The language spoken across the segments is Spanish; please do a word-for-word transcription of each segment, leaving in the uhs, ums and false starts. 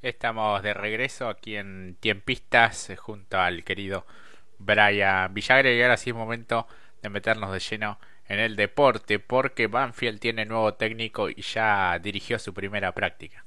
Estamos de regreso aquí en Tiempistas eh, junto al querido Brian Villagre y ahora sí es momento de meternos de lleno en el deporte porque Banfield tiene nuevo técnico y ya dirigió su primera práctica.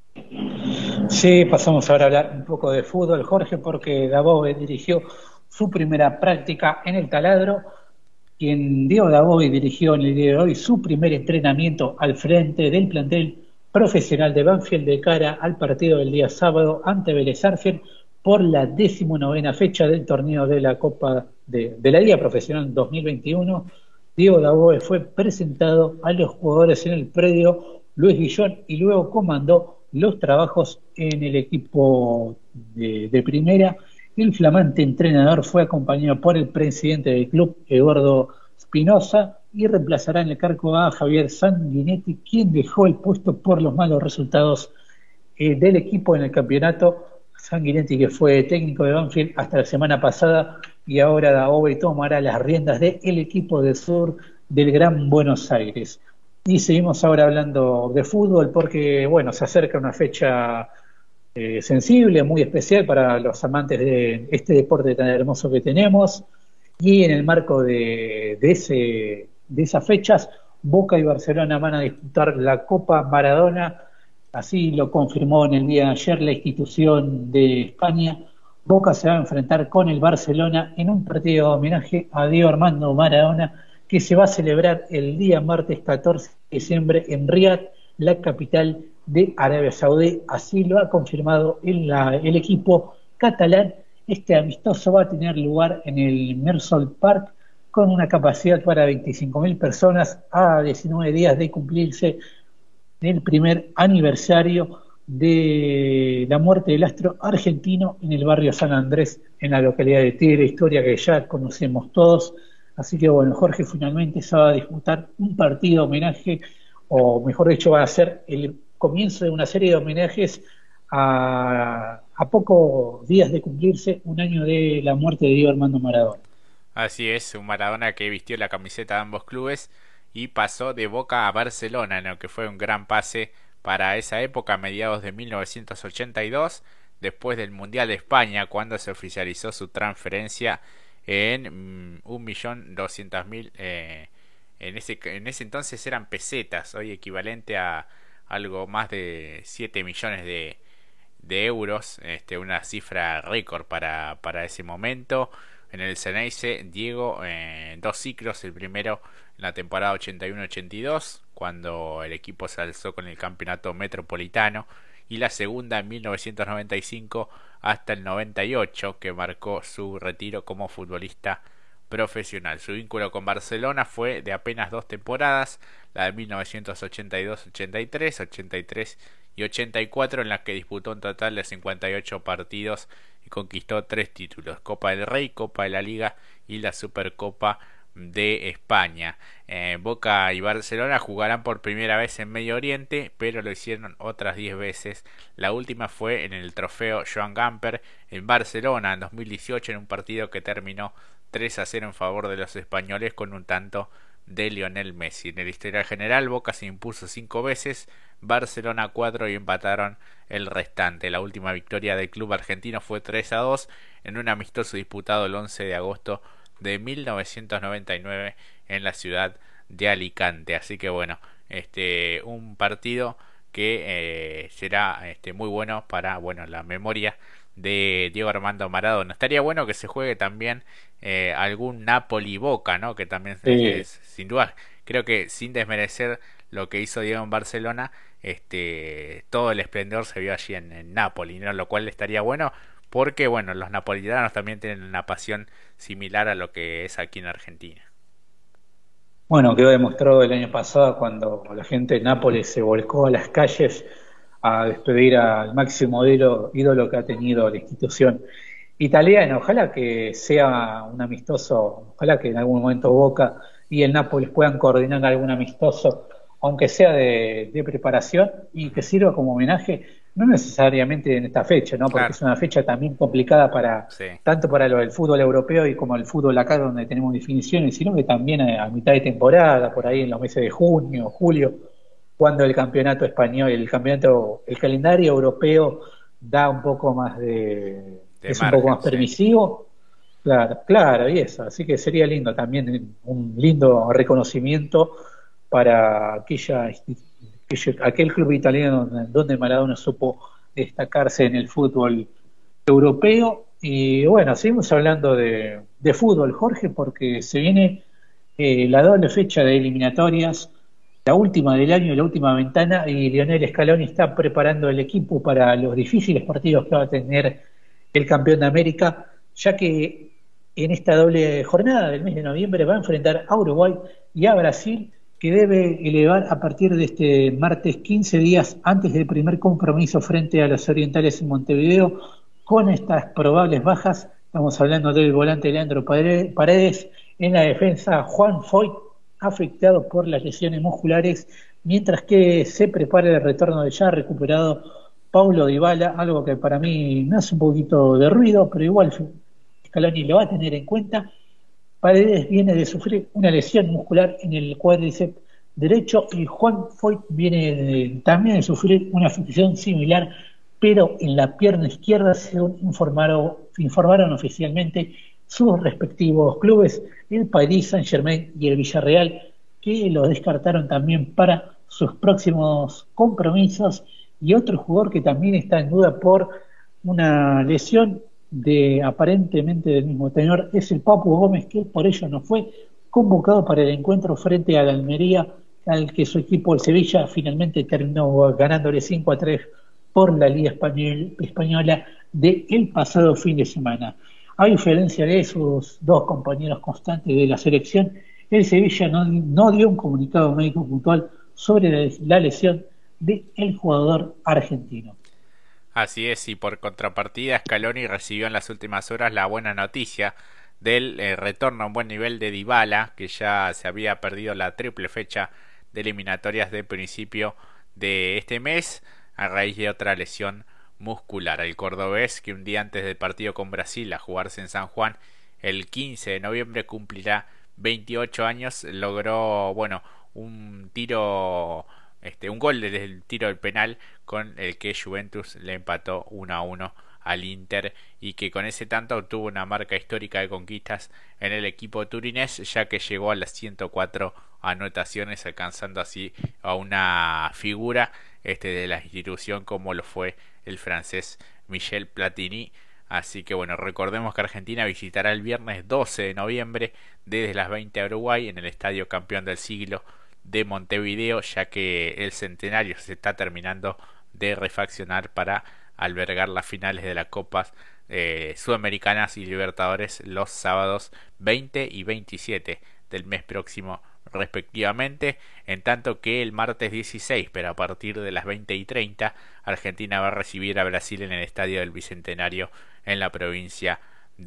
Sí, pasamos ahora a hablar un poco de fútbol, Jorge, porque Dabove dirigió su primera práctica en el taladro, quien Diego Dabove dirigió en el día de hoy su primer entrenamiento al frente del plantel profesional de Banfield de cara al partido del día sábado ante Vélez Sarsfield por la decimonovena fecha del torneo de la Copa de, de la Liga Profesional dos mil veintiuno. Diego Dabove fue presentado a los jugadores en el predio Luis Guillón y luego comandó los trabajos en el equipo de, de primera. El flamante entrenador fue acompañado por el presidente del club, Eduardo Espinosa, y reemplazará en el cargo a Javier Sanguinetti, quien dejó el puesto por los malos resultados eh, del equipo en el campeonato. Sanguinetti, que fue técnico de Banfield hasta la semana pasada, y ahora Dabove tomará las riendas del equipo del sur del Gran Buenos Aires. Y seguimos ahora hablando de fútbol porque, bueno, se acerca una fecha eh, sensible, muy especial para los amantes de este deporte tan hermoso que tenemos. Y en el marco de, de, ese, de esas fechas, Boca y Barcelona van a disputar la Copa Maradona. Así lo confirmó en el día de ayer la institución de España. Boca se va a enfrentar con el Barcelona en un partido de homenaje a Diego Armando Maradona, que se va a celebrar el día martes catorce de diciembre en Riad, la capital de Arabia Saudí. Así lo ha confirmado el, la, el equipo catalán. Este amistoso va a tener lugar en el Mersol Park con una capacidad para veinticinco mil personas a diecinueve días de cumplirse el primer aniversario de la muerte del astro argentino en el barrio San Andrés, en la localidad de Tigre, historia que ya conocemos todos. Así que bueno, Jorge, finalmente se va a disputar un partido de homenaje, o mejor dicho, va a ser el comienzo de una serie de homenajes a, a pocos días de cumplirse un año de la muerte de Diego Armando Maradona. Así es, un Maradona que vistió la camiseta de ambos clubes y pasó de Boca a Barcelona, en lo que fue un gran pase para esa época, a mediados de mil novecientos ochenta y dos, después del Mundial de España, cuando se oficializó su transferencia en mm, un millón doscientos mil eh, en ese en ese entonces eran pesetas, hoy equivalente a algo más de siete millones de, de euros, este, una cifra récord para, para ese momento. En el Ceneice, Diego, eh, dos ciclos, el primero en la temporada ochenta y uno ochenta y dos, cuando el equipo se alzó con el campeonato metropolitano, y la segunda en mil novecientos noventa y cinco hasta el noventa y ocho, que marcó su retiro como futbolista profesional. Su vínculo con Barcelona fue de apenas dos temporadas, la de mil novecientos ochenta y dos ochenta y tres, ochenta y tres y ochenta y cuatro, en las que disputó un total de cincuenta y ocho partidos y conquistó tres títulos: Copa del Rey, Copa de la Liga y la Supercopa de España. Eh, Boca y Barcelona jugarán por primera vez en Medio Oriente, pero lo hicieron otras diez veces. La última fue en el trofeo Joan Gamper en Barcelona en dos mil dieciocho, en un partido que terminó tres a cero en favor de los españoles con un tanto de Lionel Messi. En el historial general, Boca se impuso cinco veces, Barcelona cuatro y empataron el restante. La última victoria del club argentino fue tres a dos en un amistoso disputado el once de agosto de mil novecientos noventa y nueve en la ciudad de Alicante. Así que bueno, este un partido que eh, será este muy bueno para bueno la memoria de Diego Armando Maradona. Estaría bueno que se juegue también eh, algún Napoli-Boca, ¿no? Que también Sí. es, sin duda, creo que sin desmerecer lo que hizo Diego en Barcelona, este todo el esplendor se vio allí en, en Napoli, ¿no? Lo cual estaría bueno porque bueno, los napolitanos también tienen una pasión similar a lo que es aquí en Argentina. Bueno, quedó demostrado el año pasado cuando la gente de Nápoles se volcó a las calles a despedir al máximo ídolo, ídolo que ha tenido la institución italiana. Ojalá que sea un amistoso, ojalá que en algún momento Boca y el Nápoles puedan coordinar algún amistoso, aunque sea de, de preparación y que sirva como homenaje, no necesariamente en esta fecha, ¿no? Porque Claro, es una fecha también complicada para sí. tanto para lo del fútbol europeo y como el fútbol acá donde tenemos definiciones, sino que también a, a mitad de temporada, por ahí en los meses de junio, julio, cuando el campeonato español, el campeonato, el calendario europeo da un poco más de, De es un poco margen, más sí. permisivo. Claro, claro, y eso. Así que sería lindo también un lindo reconocimiento para aquella, insti- aquello- aquel club italiano donde donde Maradona supo destacarse en el fútbol europeo. Y bueno, seguimos hablando de, de fútbol, Jorge, porque se viene eh, la doble fecha de eliminatorias, la última del año, la última ventana, y Lionel Scaloni está preparando el equipo para los difíciles partidos que va a tener el campeón de América, ya que en esta doble jornada del mes de noviembre va a enfrentar a Uruguay y a Brasil, que debe elevar a partir de este martes quince días antes del primer compromiso frente a los orientales en Montevideo, con estas probables bajas. Estamos hablando del volante Leandro Paredes, en la defensa Juan Foyt, afectado por las lesiones musculares, mientras que se prepara el retorno de ya recuperado Paulo Dybala, algo que para mí me hace un poquito de ruido, pero igual Scaloni lo va a tener en cuenta. Paredes viene de sufrir una lesión muscular en el cuádriceps derecho y Juan Foyt viene de, también de sufrir una afección similar, pero en la pierna izquierda, según informaron, informaron oficialmente sus respectivos clubes, el Paris Saint-Germain y el Villarreal, que lo descartaron también para sus próximos compromisos. Y otro jugador que también está en duda por una lesión de aparentemente del mismo tenor es el Papu Gómez, que por ello no fue convocado para el encuentro frente a la Almería, al que su equipo, el Sevilla, finalmente terminó ganándole cinco a tres por la Liga Español, Española del pasado fin de semana. A diferencia de sus dos compañeros constantes de la selección, el Sevilla no, no dio un comunicado médico puntual sobre la, la lesión del jugador argentino. Así es, y por contrapartida, Scaloni recibió en las últimas horas la buena noticia del eh, retorno a un buen nivel de Dybala, que ya se había perdido la triple fecha de eliminatorias de principio de este mes a raíz de otra lesión muscular. El cordobés, que un día antes del partido con Brasil a jugarse en San Juan el quince de noviembre cumplirá veintiocho años, logró, bueno, un tiro, este, un gol desde el tiro del penal con el que Juventus le empató uno a uno al Inter, y que con ese tanto obtuvo una marca histórica de conquistas en el equipo turinés, ya que llegó a las ciento cuatro anotaciones, alcanzando así a una figura este, de la institución como lo fue el francés Michel Platini. Así que bueno, recordemos que Argentina visitará el viernes doce de noviembre desde las veinte a Uruguay en el Estadio Campeón del Siglo de Montevideo, ya que el centenario se está terminando de refaccionar para albergar las finales de las Copas eh, Sudamericanas y Libertadores los sábados veinte y veintisiete del mes próximo respectivamente, en tanto que el martes dieciséis, pero a partir de las veinte y treinta, Argentina va a recibir a Brasil en el Estadio del Bicentenario en la provincia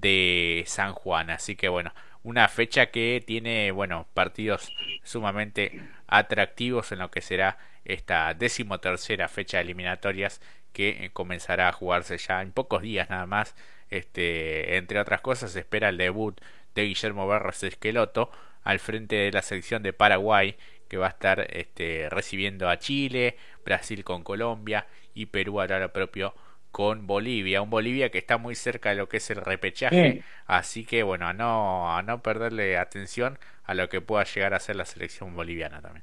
de San Juan. Así que bueno, una fecha que tiene, bueno, partidos sumamente atractivos en lo que será esta decimotercera fecha de eliminatorias, que eh, comenzará a jugarse ya en pocos días nada más. Este, entre otras cosas, se espera el debut de Guillermo Barros Esqueloto al frente de la selección de Paraguay, que va a estar este, recibiendo a Chile, Brasil con Colombia y Perú hará lo propio con Bolivia, un Bolivia que está muy cerca de lo que es el repechaje, Bien. así que bueno, a no, a no perderle atención a lo que pueda llegar a ser la selección boliviana también.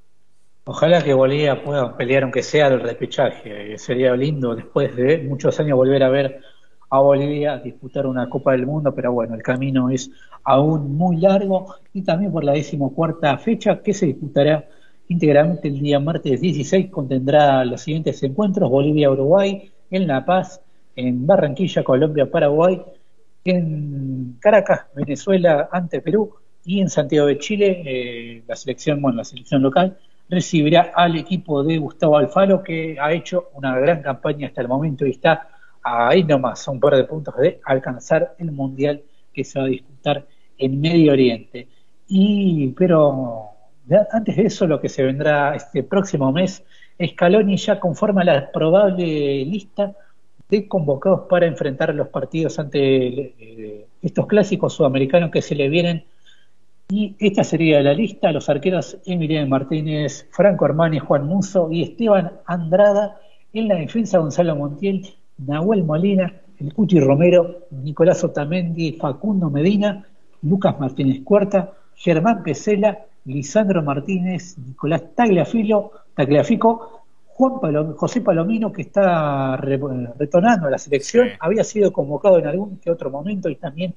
Ojalá que Bolivia pueda pelear aunque sea el repechaje. Sería lindo después de muchos años volver a ver a Bolivia disputar una Copa del Mundo, pero bueno, el camino es aún muy largo, y también por la decimocuarta fecha que se disputará íntegramente el día martes dieciséis, contendrá los siguientes encuentros: Bolivia-Uruguay, en La Paz, en Barranquilla, Colombia-Paraguay, en Caracas, Venezuela ante Perú, y en Santiago de Chile, eh, la selección, bueno, la selección local recibirá al equipo de Gustavo Alfaro, que ha hecho una gran campaña hasta el momento y está ahí nomás, a un par de puntos de alcanzar el Mundial que se va a disputar en Medio Oriente. Y, pero antes de eso, lo que se vendrá este próximo mes, Scaloni ya conforma la probable lista de convocados para enfrentar los partidos ante eh, estos clásicos sudamericanos que se le vienen. Y esta sería la lista: los arqueros Emiliano Martínez, Franco Armani, Juan Musso y Esteban Andrada; en la defensa Gonzalo Montiel, Nahuel Molina, el Cuti Romero, Nicolás Otamendi, Facundo Medina, Lucas Martínez Cuarta, Germán Pesela, Lisandro Martínez, Nicolás Tagliafilo, Tagliafico, Juan Palom, José Palomino, que está re, retornando a la selección, sí. Había sido convocado en algún que otro momento y también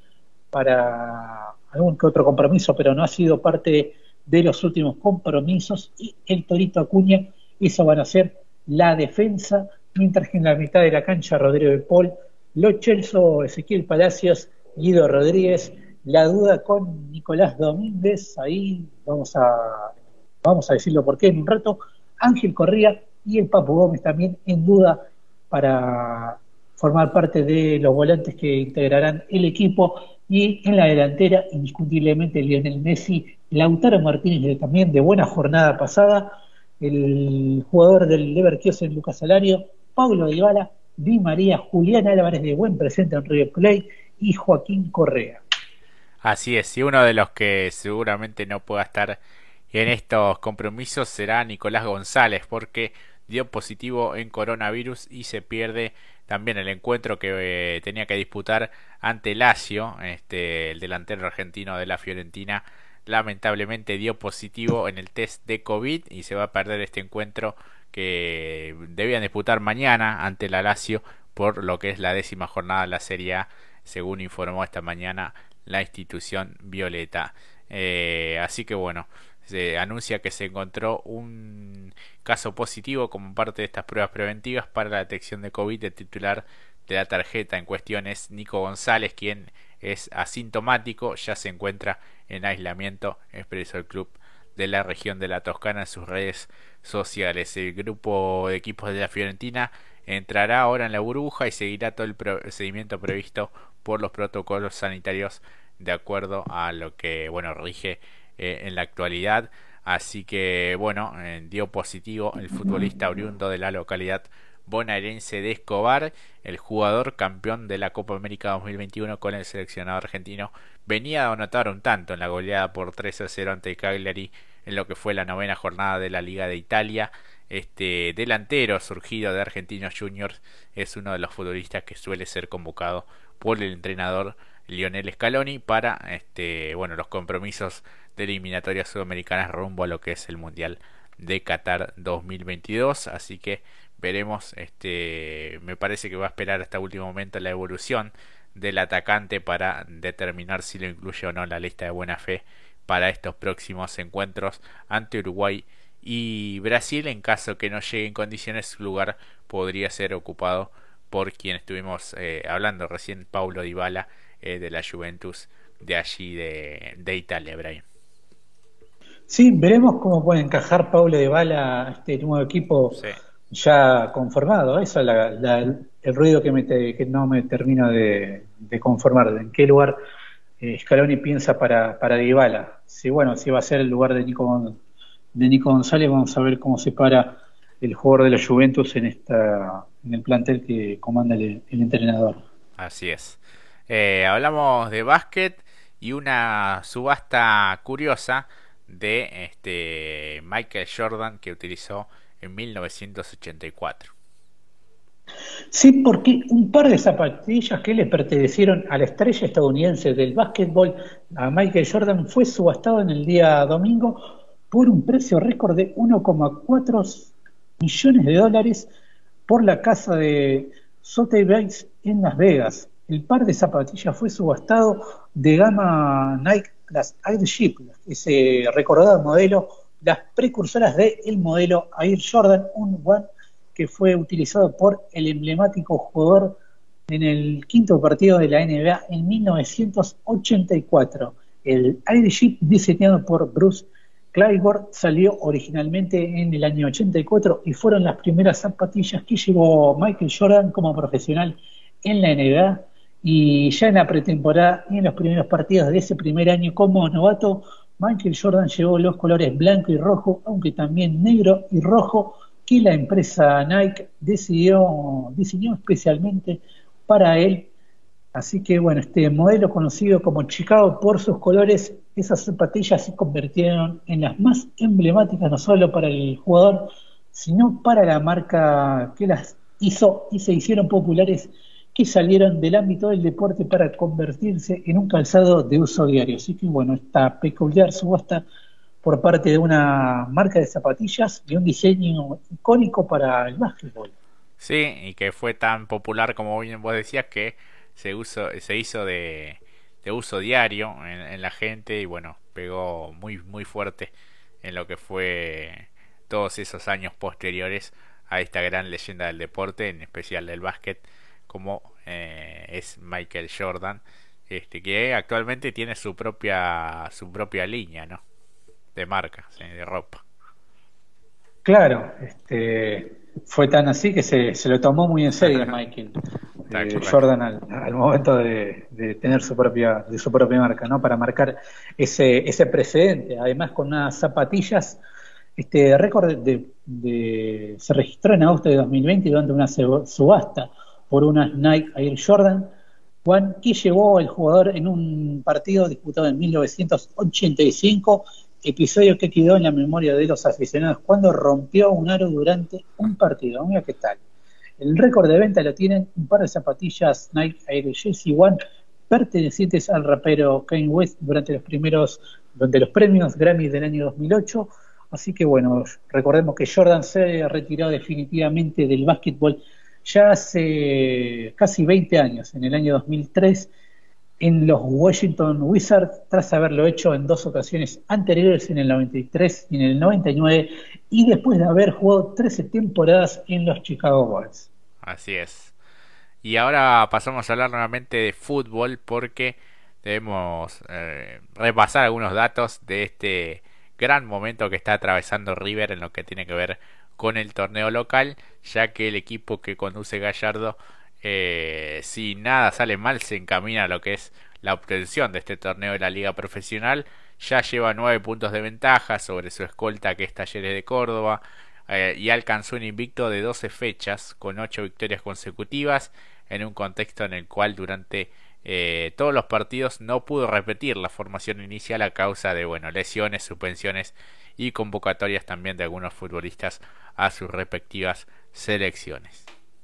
para algún que otro compromiso, pero no ha sido parte de los últimos compromisos, y el Torito Acuña. Eso van a ser la defensa, mientras que en la mitad de la cancha Rodrigo de Paul, Lo Celso, Ezequiel Palacios, Guido Rodríguez, la duda con Nicolás Domínguez, ahí vamos a vamos a decirlo por qué en un rato, Ángel Correa y el Papu Gómez también en duda para formar parte de los volantes que integrarán el equipo, y en la delantera indiscutiblemente Lionel Messi, Lautaro Martínez también de buena jornada pasada, el jugador del Leverkusen Lucas Alario, Paulo Dybala, Di María, Julián Álvarez de buen presente en River Plate y Joaquín Correa. Así es, y uno de los que seguramente no pueda estar en estos compromisos será Nicolás González, porque dio positivo en coronavirus y se pierde también el encuentro que eh, tenía que disputar ante Lazio. Este, el delantero argentino de la Fiorentina lamentablemente dio positivo en el test de COVID y se va a perder este encuentro que debían disputar mañana ante la Lazio por lo que es la décima jornada de la Serie A, según informó esta mañana la institución violeta. Eh, así que bueno, se anuncia que se encontró un caso positivo como parte de estas pruebas preventivas para la detección de COVID. El titular de la tarjeta en cuestión es Nico González, quien es asintomático, ya se encuentra en aislamiento, expresó el club de la región de la Toscana en sus redes sociales. El grupo de equipos de la Fiorentina entrará ahora en la burbuja y seguirá todo el procedimiento previsto por los protocolos sanitarios de acuerdo a lo que bueno rige eh, en la actualidad. Así que bueno, eh, dio positivo el futbolista oriundo de la localidad bonaerense de Escobar, el jugador campeón de la Copa América dos mil veintiuno con el seleccionado argentino. Venía a anotar un tanto en la goleada por tres a cero ante Cagliari en lo que fue la novena jornada de la Liga de Italia. Este delantero surgido de Argentinos Juniors es uno de los futbolistas que suele ser convocado por el entrenador Lionel Scaloni para este bueno los compromisos de eliminatorias sudamericanas rumbo a lo que es el Mundial de Qatar dos mil veintidós. Así que veremos, este me parece que va a esperar hasta último momento la evolución del atacante para determinar si lo incluye o no en la lista de buena fe para estos próximos encuentros ante Uruguay y Brasil. En caso que no llegue en condiciones, su lugar podría ser ocupado por quien estuvimos eh, hablando recién, Paulo Dybala, eh, de la Juventus de allí de, de Italia, Brian. Sí, veremos cómo puede encajar Paulo Dybala a este nuevo equipo sí. ya conformado. Eso es la, la, el ruido que, me te, que no me termino de, de conformar. ¿En qué lugar eh, Scaloni piensa para, para Dybala? Si bueno, si va a ser el lugar de Nico, de Nico González, vamos a ver cómo se para el jugador de la Juventus en esta en el plantel que comanda el, el entrenador. Así es. Eh, hablamos de básquet y una subasta curiosa de este Michael Jordan que utilizó en mil novecientos ochenta y cuatro. Sí, porque un par de zapatillas que le pertenecieron a la estrella estadounidense del básquetbol, a Michael Jordan, fue subastado en el día domingo por un precio récord de uno coma cuatro millones de dólares por la casa de Sotheby's en Las Vegas. El par de zapatillas fue subastado de gama Nike, las Air Ship, ese recordado modelo, las precursoras del modelo Air Jordan uno que fue utilizado por el emblemático jugador en el quinto partido de la N B A en mil novecientos ochenta y cuatro. El Air Ship, diseñado por Bruce Claiborne, salió originalmente en el año ochenta y cuatro y fueron las primeras zapatillas que llevó Michael Jordan como profesional en la N B A. Y ya en la pretemporada y en los primeros partidos de ese primer año como novato, Michael Jordan llevó los colores blanco y rojo, aunque también negro y rojo, que la empresa Nike decidió, diseñó especialmente para él. Así que bueno, este modelo conocido como Chicago por sus colores, esas zapatillas se convirtieron en las más emblemáticas no solo para el jugador, sino para la marca que las hizo y se hicieron populares que salieron del ámbito del deporte para convertirse en un calzado de uso diario. Así que bueno, esta peculiar subasta por parte de una marca de zapatillas de un diseño icónico para el básquetbol. Sí, y que fue tan popular como bien vos decías que se, uso, se hizo de, de uso diario en, en la gente y bueno, pegó muy, muy fuerte en lo que fue todos esos años posteriores a esta gran leyenda del deporte, en especial del básquet, como eh, es Michael Jordan, este que actualmente tiene su propia su propia línea, ¿no? De marca, ¿sí? De ropa. Claro, este, fue tan así que se, se lo tomó muy en serio Michael eh, Jordan al, al momento de, de tener su propia de su propia marca, ¿no? Para marcar ese ese precedente. Además, con unas zapatillas, este récord de, de, se registró en agosto de dos mil veinte durante una subasta por unas Nike Air Jordan, Juan, que llevó al jugador en un partido disputado en mil novecientos ochenta y cinco, episodio que quedó en la memoria de los aficionados cuando rompió un aro durante un partido. Mira qué tal. El récord de venta lo tienen un par de zapatillas Nike Air Jersey One pertenecientes al rapero Kanye West durante los primeros, durante los premios Grammy del año dos mil ocho. Así que bueno, recordemos que Jordan se retiró definitivamente del básquetbol ya hace casi veinte años, en el año dos mil tres, en los Washington Wizards, tras haberlo hecho en dos ocasiones anteriores, en el noventa y tres y en el noventa y nueve, y después de haber jugado trece temporadas en los Chicago Bulls. Así es. Y ahora pasamos a hablar nuevamente de fútbol porque debemos eh, repasar algunos datos de este gran momento que está atravesando River en lo que tiene que ver con el torneo local, ya que el equipo que conduce Gallardo, eh, si nada sale mal, se encamina a lo que es la obtención de este torneo de la Liga Profesional. Ya lleva nueve puntos de ventaja sobre su escolta, que es Talleres de Córdoba, eh, y alcanzó un invicto de doce fechas con ocho victorias consecutivas, en un contexto en el cual durante eh, todos los partidos no pudo repetir la formación inicial a causa de bueno, lesiones, suspensiones y convocatorias también de algunos futbolistas a sus respectivas selecciones.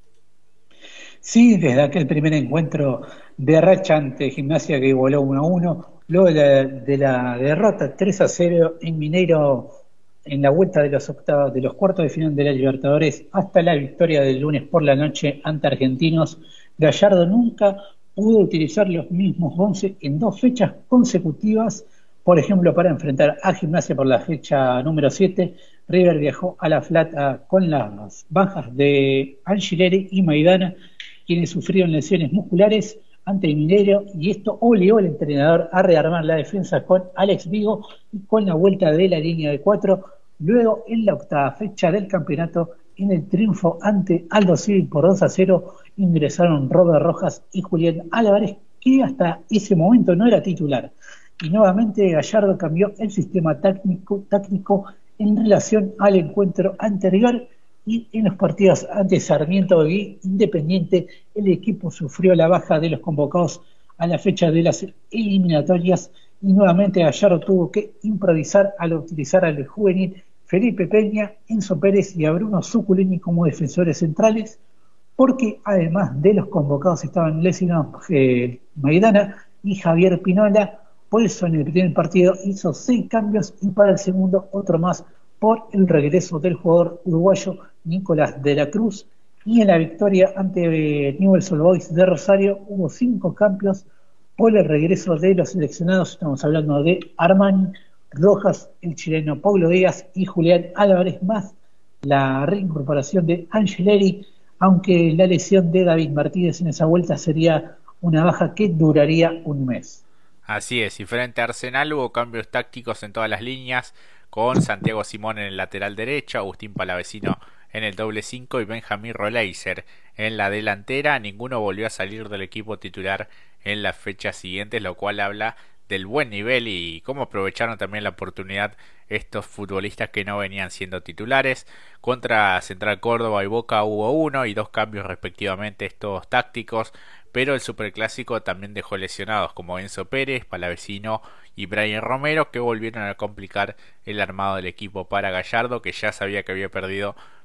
Sí, desde aquel primer encuentro de racha ante Gimnasia que igualó uno a uno, luego de la, de la derrota tres a cero en Mineiro en la vuelta de los octavos, de los cuartos de final de la Libertadores, hasta la victoria del lunes por la noche ante Argentinos, Gallardo nunca pudo utilizar los mismos once en dos fechas consecutivas. Por ejemplo, para enfrentar a Gimnasia por la fecha número siete, River viajó a La Plata con las bajas de Angileri y Maidana, quienes sufrieron lesiones musculares ante el Mineiro, y esto obligó al entrenador a rearmar la defensa con Alex Vigo y con la vuelta de la línea de cuatro. Luego, en la octava fecha del campeonato, en el triunfo ante Aldo Civi por dos a cero, ingresaron Robert Rojas y Julián Álvarez, que hasta ese momento no era titular. Y nuevamente Gallardo cambió el sistema táctico, táctico en relación al encuentro anterior, y en los partidos ante Sarmiento y Independiente el equipo sufrió la baja de los convocados a la fecha de las eliminatorias, y nuevamente Gallardo tuvo que improvisar al utilizar al juvenil Felipe Peña, Enzo Pérez y a Bruno Zuculini como defensores centrales, porque además de los convocados estaban lesionados eh, Maidana y Javier Pinola. Por eso en el primer partido hizo seis cambios y para el segundo otro más por el regreso del jugador uruguayo Nicolás de la Cruz. Y en la victoria ante Newell's Old Boys de Rosario hubo cinco cambios por el regreso de los seleccionados. Estamos hablando de Armani, Rojas, el chileno Paulo Díaz y Julián Álvarez, más la reincorporación de Angileri, aunque la lesión de David Martínez en esa vuelta sería una baja que duraría un mes. Así es, y frente a Arsenal hubo cambios tácticos en todas las líneas, con Santiago Simón en el lateral derecho, Agustín Palavecino en el doble cinco y Benjamín Roleiser en la delantera. Ninguno volvió a salir del equipo titular en las fechas siguientes, lo cual habla del buen nivel y cómo aprovecharon también la oportunidad estos futbolistas que no venían siendo titulares. Contra Central Córdoba y Boca hubo uno y dos cambios respectivamente estos tácticos, pero el Superclásico también dejó lesionados como Enzo Pérez, Palavecino y Brian Romero, que volvieron a complicar el armado del equipo para Gallardo, que ya sabía que había perdido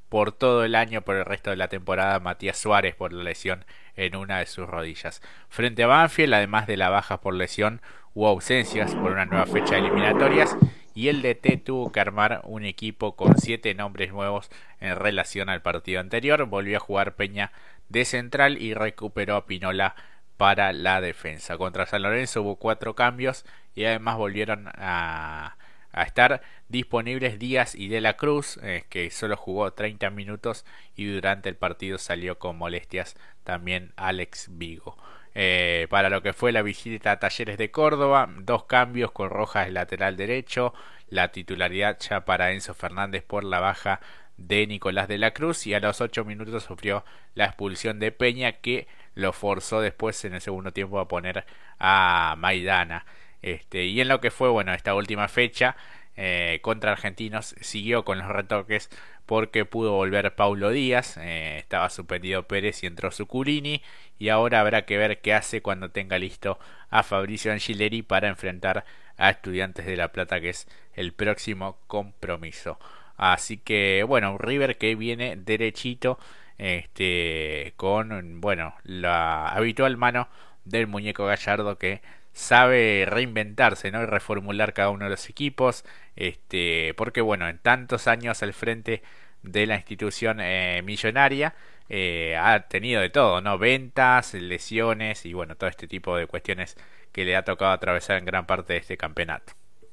por todo el año, por el resto de la temporada, Matías Suárez por la lesión en una de sus rodillas. Frente a Banfield, además de la baja por lesión, hubo ausencias por una nueva fecha de eliminatorias y el D T tuvo que armar un equipo con siete nombres nuevos en relación al partido anterior. Volvió a jugar Peña de central y recuperó a Pinola para la defensa. Contra San Lorenzo hubo cuatro cambios y además volvieron a, a estar disponibles Díaz y De la Cruz, eh, que solo jugó treinta minutos y durante el partido salió con molestias también Alex Vigo. Eh, para lo que fue la visita a Talleres de Córdoba, dos cambios con Rojas lateral derecho, la titularidad ya para Enzo Fernández por la baja de Nicolás de la Cruz y a los ocho minutos sufrió la expulsión de Peña, que lo forzó después en el segundo tiempo a poner a Maidana. Este, y en lo que fue bueno esta última fecha eh, contra Argentinos, siguió con los retoques porque pudo volver Paulo Díaz, eh, estaba suspendido Pérez y entró Zuculini, y ahora habrá que ver qué hace cuando tenga listo a Fabricio Angileri para enfrentar a Estudiantes de La Plata, que es el próximo compromiso. Así que bueno, un River que viene derechito, este, con bueno la habitual mano del muñeco Gallardo, que sabe reinventarse, ¿no? Y reformular cada uno de los equipos, este, porque bueno, en tantos años al frente de la institución eh, millonaria, eh, ha tenido de todo, ¿no? Ventas, lesiones y bueno, todo este tipo de cuestiones que le ha tocado atravesar en gran parte de este campeonato.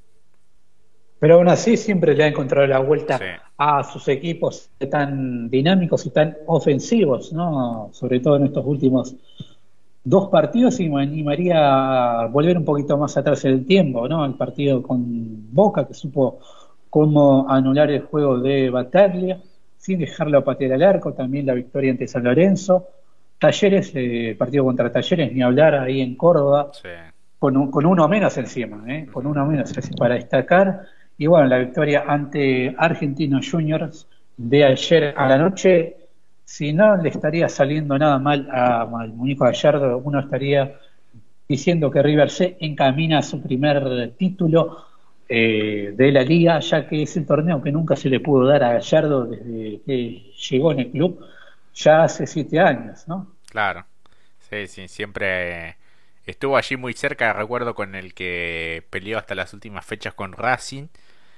Pero aún así siempre le ha encontrado la vuelta Sí. a sus equipos tan dinámicos y tan ofensivos, ¿no? Sobre todo en estos últimos dos partidos, y me animaría a volver un poquito más atrás en el tiempo, ¿no? El partido con Boca, que supo cómo anular el juego de Bataglia sin dejarlo patear al arco, también la victoria ante San Lorenzo. Talleres, eh, el partido contra Talleres, ni hablar, ahí en Córdoba, Sí. con, un- con uno menos encima, ¿eh? Con uno menos así para destacar. Y bueno, la victoria ante Argentinos Juniors de ayer a la noche, si no le estaría saliendo nada mal a- al muñeco Gallardo, uno estaría diciendo que River se encamina a su primer título eh, de la liga, ya que es el torneo que nunca se le pudo dar a Gallardo desde que llegó en el club, ya hace siete años, ¿no? Claro, sí, sí, siempre eh, estuvo allí muy cerca, recuerdo con el que peleó hasta las últimas fechas con Racing,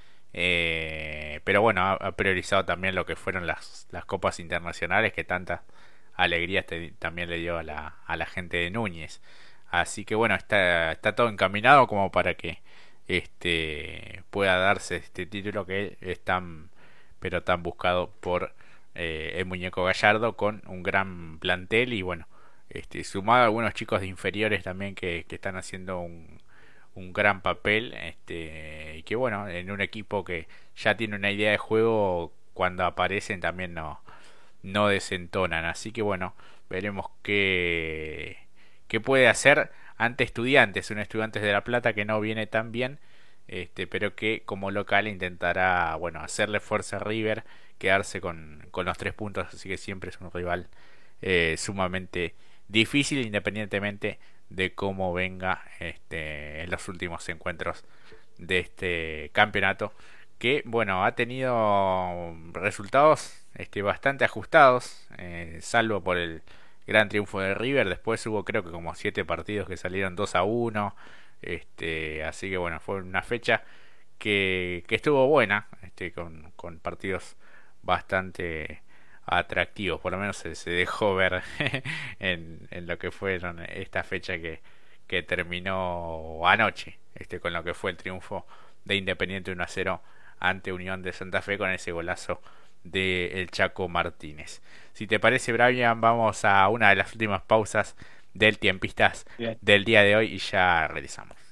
eh, pero bueno, ha, ha priorizado también lo que fueron las, las copas internacionales, que tanta alegría te- también le dio a la, a la gente de Núñez. Así que bueno, está, está todo encaminado como para que este pueda darse este título que es tan, pero tan buscado por eh, el muñeco Gallardo, con un gran plantel y bueno, este, sumado a algunos chicos de inferiores también que, que están haciendo un, un gran papel, este, y que bueno, en un equipo que ya tiene una idea de juego, cuando aparecen también no, no desentonan. Así que bueno, veremos qué, qué puede hacer ante Estudiantes, un Estudiantes de La Plata que no viene tan bien, este, pero que como local intentará bueno hacerle fuerza a River, quedarse con, con los tres puntos, así que siempre es un rival eh, sumamente difícil, independientemente de cómo venga este, en los últimos encuentros de este campeonato, que bueno, ha tenido resultados este, bastante ajustados, eh, salvo por el gran triunfo de River. Después hubo creo que como siete partidos que salieron dos a uno, este, así que bueno, fue una fecha que, que estuvo buena, este, con, con partidos bastante atractivos, por lo menos se, se dejó ver en, en lo que fueron esta fecha que, que terminó anoche, este, con lo que fue el triunfo de Independiente uno a cero ante Unión de Santa Fe, con ese golazo de el Chaco Martínez. Si te parece, Brian, vamos a una de las últimas pausas del Tiempistas Bien. del día de hoy y ya realizamos.